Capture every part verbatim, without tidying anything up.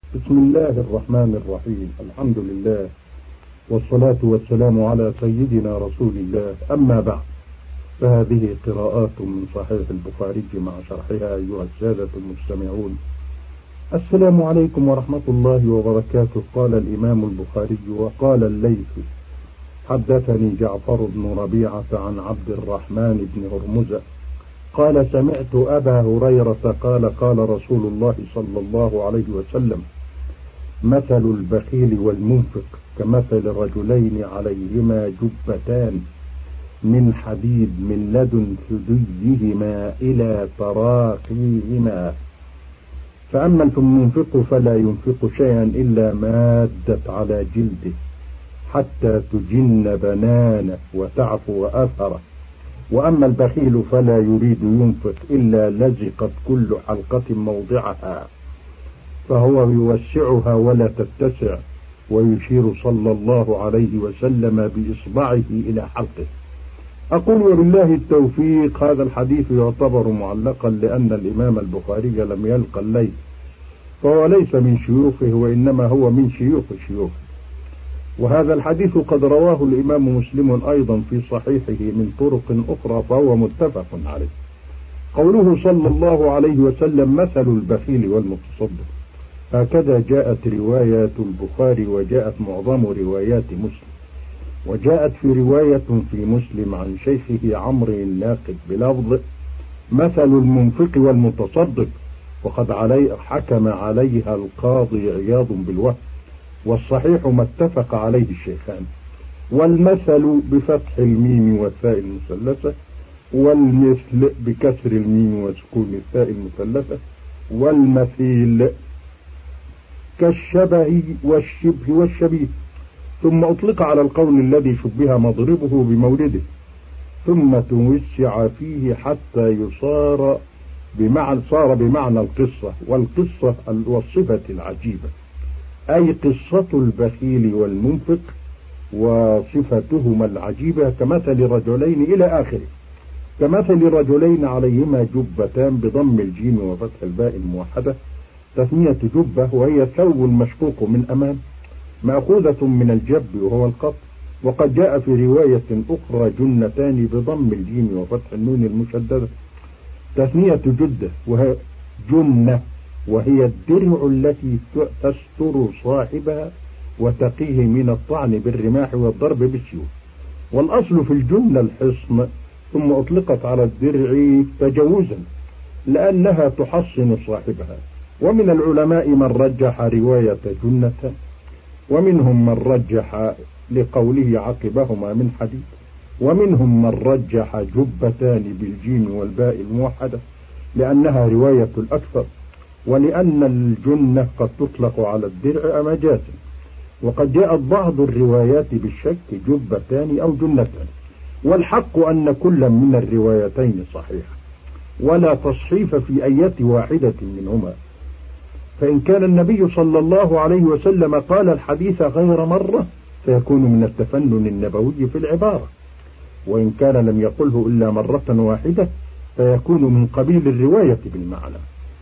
بسم الله الرحمن الرحيم. الحمد لله والصلاة والسلام على سيدنا رسول الله. أما بعد، فهذه قراءات من صحيح البخاري مع شرحها أيها السادة المستمعون. السلام عليكم ورحمة الله وبركاته. قال الإمام البخاري وقال الليث حدثني جعفر بن ربيعة عن عبد الرحمن بن هرمزة قال سمعت أبا هريرة قال قال رسول الله صلى الله عليه وسلم: مثل البخيل والمنفق كمثل رجلين عليهما جبتان من حديد من لدن ثديهما إلى تراقيهما، فأما المنفق فلا ينفق شيئا إلا مادت على جلده حتى تجن بنانه وتعفو أثره، وأما البخيل فلا يريد ينفق إلا لزقت كل حلقة موضعها فهو يوسعها ولا تتسع، ويشير صلى الله عليه وسلم بإصبعه إلى حلقه. أقول وبالله التوفيق. هذا الحديث يعتبر معلقا لأن الإمام البخاري لم يلقى الليث، فهو ليس من شيوخه وإنما هو من شيوخ شيوخه. وهذا الحديث قد رواه الإمام مسلم أيضا في صحيحه من طرق أخرى، فهو متفق عليه. قوله صلى الله عليه وسلم: مثل البخيل والمتصدق، هكذا جاءت روايات البخاري وجاءت معظم روايات مسلم، وجاءت في رواية في مسلم عن شيخه عمرو الناقد بلفظ: مثل المنفق والمتصدق، وقد علي حكم عليها القاضي عياض بالوهم، والصحيح ما اتفق عليه الشيخان. والمثل بفتح الميم والثاء المثلثة، والمثل بكسر الميم وسكون الثاء المثلثة، والمثيل كالشبه والشبه والشبيه، ثم أطلق على القول الذي شبه مضربه بمورده، ثم توسع فيه حتى يصار بمعنى صار بمعنى القصة، والقصة والصفة العجيبة، أي قصة البخيل والمنفق وصفتهما العجيبة كمثل رجلين إلى آخره. كمثل رجلين عليهما جبتان بضم الجيم وفتح الباء الموحدة، تثنية جبة، وهي ثوب مشقوق من أمام مأخوذة من الجب وهو القط. وقد جاء في رواية أخرى جنتان بضم الجيم وفتح النون المشددة، تثنية جدة، وهي جنة، وهي الدرع التي تستر صاحبها وتقيه من الطعن بالرماح والضرب بالسيوف. والأصل في الجنة الحصن، ثم أطلقت على الدرع تجوزا لأنها تحصن صاحبها. ومن العلماء من رجح رواية جنة، ومنهم من رجح لقوله عقبهما من حديد، ومنهم من رجح جبتان بالجيم والباء الموحدة لأنها رواية الأكثر، ولأن الجنة قد تطلق على الدرع مجازا. وقد جاءت بعض الروايات بالشك جبتان أو جنتان، والحق أن كل من الروايتين صحيح، ولا تصحيف في أية واحدة منهما، فإن كان النبي صلى الله عليه وسلم قال الحديث غير مرة فيكون من التفنن النبوي في العبارة، وإن كان لم يقله إلا مرة واحدة فيكون من قبيل الرواية بالمعنى،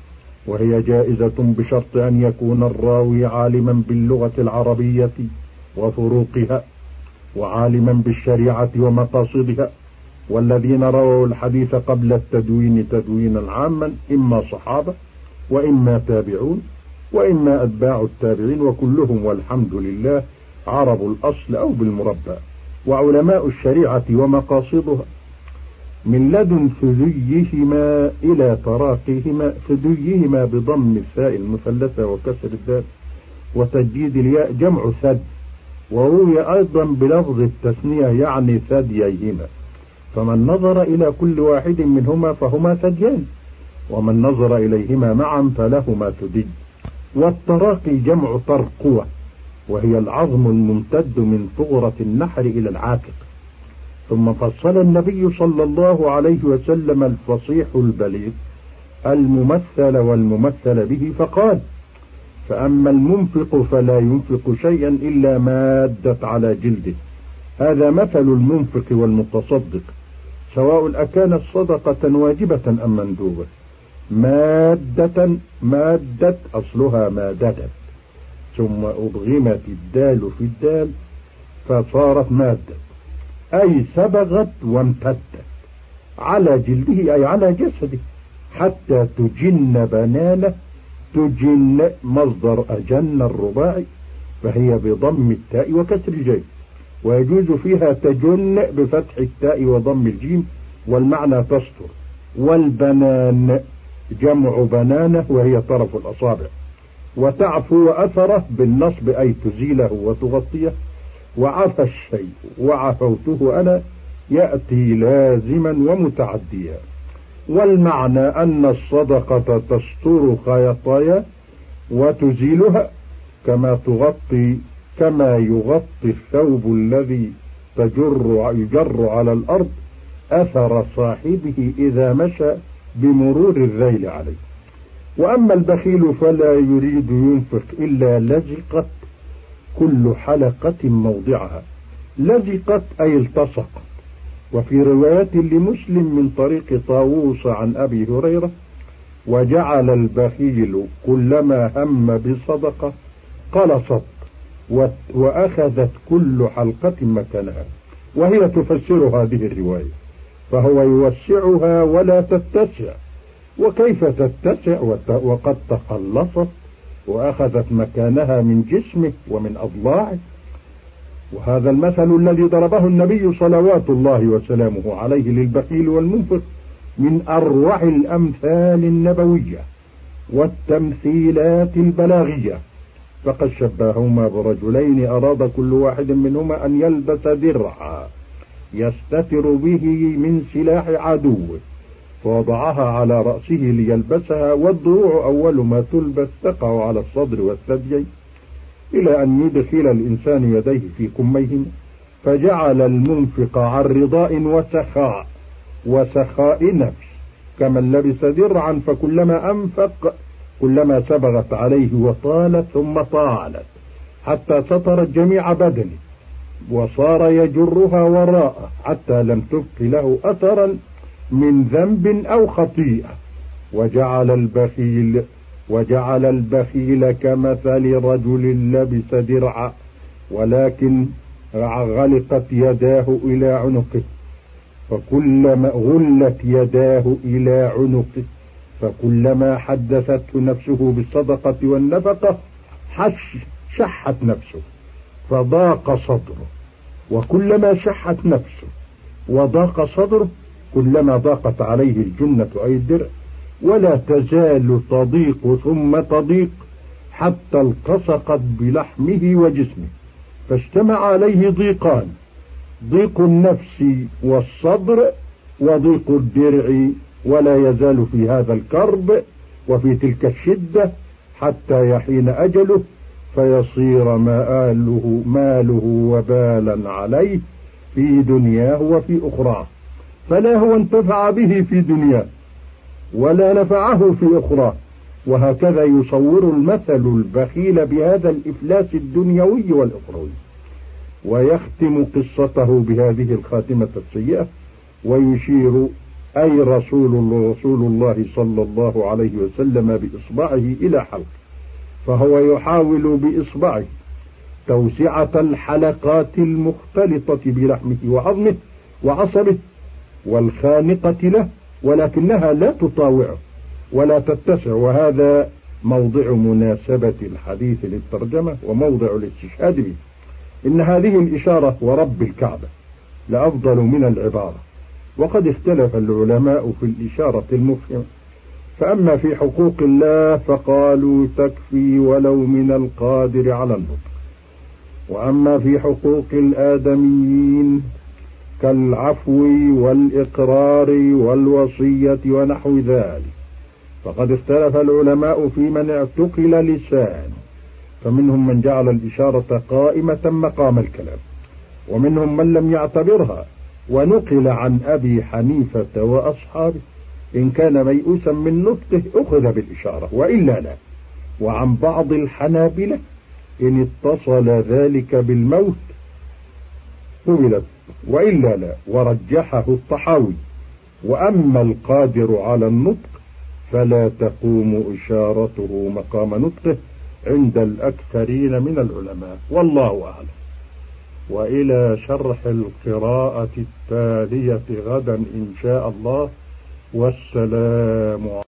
وهي جائزة بشرط أن يكون الراوي عالما باللغة العربية وفروقها، وعالما بالشريعة ومقاصدها. والذين رووا الحديث قبل التدوين تدوينا عاما إما صحابة وإما تابعون وإما أتباع التابعين، وكلهم والحمد لله عرب الأصل أو بالمربى، وعلماء الشريعة ومقاصدها من لدن ثديهما إلى تراقيهما. ثديهما بضم الثاء المثلثة وكسر الدال وتجديد الياء جمع ثد، وروي أيضا بلفظ التثنية يعني ثدييهما، فمن نظر إلى كل واحد منهما فهما ثديان، ومن نظر إليهما معا فلهما ثدي. والتراقي جمع ترقوة، وهي العظم الممتد من ثغرة النحر إلى العاتق. ثم فصل النبي صلى الله عليه وسلم الفصيح البليغ الممثل والممثل به فقال: فأما المنفق فلا ينفق شيئا إلا مادت على جلده. هذا مثل المنفق والمتصدق، سواء أكانت صدقة واجبة أم مندوبة. مادة مادة أصلها مادة، ثم أضغمت الدال في الدال فصارت مادة، أي سبغت وامتدت على جلده أي على جسده حتى تجن بنانه. تجن مصدر أجن الرباعي، فهي بضم التاء وكسر الجيم، ويجوز فيها تجن بفتح التاء وضم الجيم، والمعنى تستر. والبنان جمع بنانه وهي طرف الأصابع. وتعفو أثره بالنصب أي تزيله وتغطيه. وعفى الشيء وعفوته أنا يأتي لازما ومتعديا. والمعنى أن الصدقة تستر خيطايا وتزيلها كما تغطي كما يغطي الثوب الذي تجر يجر على الأرض أثر صاحبه إذا مشى بمرور الذيل عليه. وأما البخيل فلا يريد ينفق إلا لزقت كل حلقة موضعها. لزقت أي التصقت. وفي رواية لمسلم من طريق طاووس عن أبي هريرة: وجعل البخيل كلما هم بصدقة قلصت وأخذت كل حلقة مكانها. وهي تفسر هذه الرواية، فهو يوسعها ولا تتسع. وكيف تتسع وقد تقلصت وأخذت مكانها من جسمه ومن أضلاعه؟ وهذا المثل الذي ضربه النبي صلوات الله وسلامه عليه للبخيل والمنفق من أروع الأمثال النبوية والتمثيلات البلاغية، فقد شبههما برجلين أراد كل واحد منهما أن يلبس درعا يستتر به من سلاح عدوه، فوضعها على رأسه ليلبسها. والدروع أول ما تلبس تقع على الصدر والثدي إلى أن يدخل الإنسان يديه في كميهما. فجعل المنفق عن رضاء وسخاء وسخاء نفس كمن لبس درعا، فكلما أنفق كلما سبغت عليه وطالت ثم طالت حتى سطرت جميع بدنه، وصار يجرها وراءه حتى لم تبق له أثرا من ذنب أو خطيئة. وجعل البخيل وجعل البخيل كمثل رجل لبس درعا ولكن غلقت يداه إلى عنقه، فكلما غلت يداه إلى عنقه فكلما حدثته نفسه بالصدقة والنفقة حش شحت نفسه فضاق صدره، وكلما شحت نفسه وضاق صدره كلما ضاقت عليه الجنة أي الدرع، ولا تزال تضيق ثم تضيق حتى التصقت بلحمه وجسمه، فاجتمع عليه ضيقان: ضيق النفس والصدر وضيق الدرع، ولا يزال في هذا الكرب وفي تلك الشدة حتى يحين أجله فيصير ماله, ماله وبالا عليه في دنياه وفي أخراه، فلا هو انتفع به في دنياه ولا نفعه في أخراه. وهكذا يصور المثل البخيل بهذا الإفلاس الدنيوي والأخروي. ويختم قصته بهذه الخاتمة السيئة ويشير أي رسول رسول الله صلى الله عليه وسلم بإصبعه إلى حلقه، فهو يحاول بإصبعه توسعة الحلقات المختلطة بلحمه وعظمه وعصبه والخانقة له، ولكنها لا تطاوعه ولا تتسع. وهذا موضع مناسبة الحديث للترجمة وموضع الاستشهاد به. إن هذه الإشارة ورب الكعبة لأفضل من العبارة. وقد اختلف العلماء في الإشارة المفهمة، فأما في حقوق الله فقالوا تكفي ولو من القادر على النطق، وأما في حقوق الآدميين كالعفو والإقرار والوصية ونحو ذلك فقد اختلف العلماء في من اعتقل لسان، فمنهم من جعل الإشارة قائمة مقام الكلام، ومنهم من لم يعتبرها. ونقل عن أبي حنيفة وأصحابه إن كان ميؤوسا من نطقه أخذ بالإشارة وإلا لا، وعن بعض الحنابلة إن اتصل ذلك بالموت قبلت وإلا لا، ورجحه الطحاوي. وأما القادر على النطق فلا تقوم إشارته مقام نطقه، عند الأكثرين من العلماء، والله أعلم. وإلى شرح القراءة التالية غدا إن شاء الله، والسلام عليكم.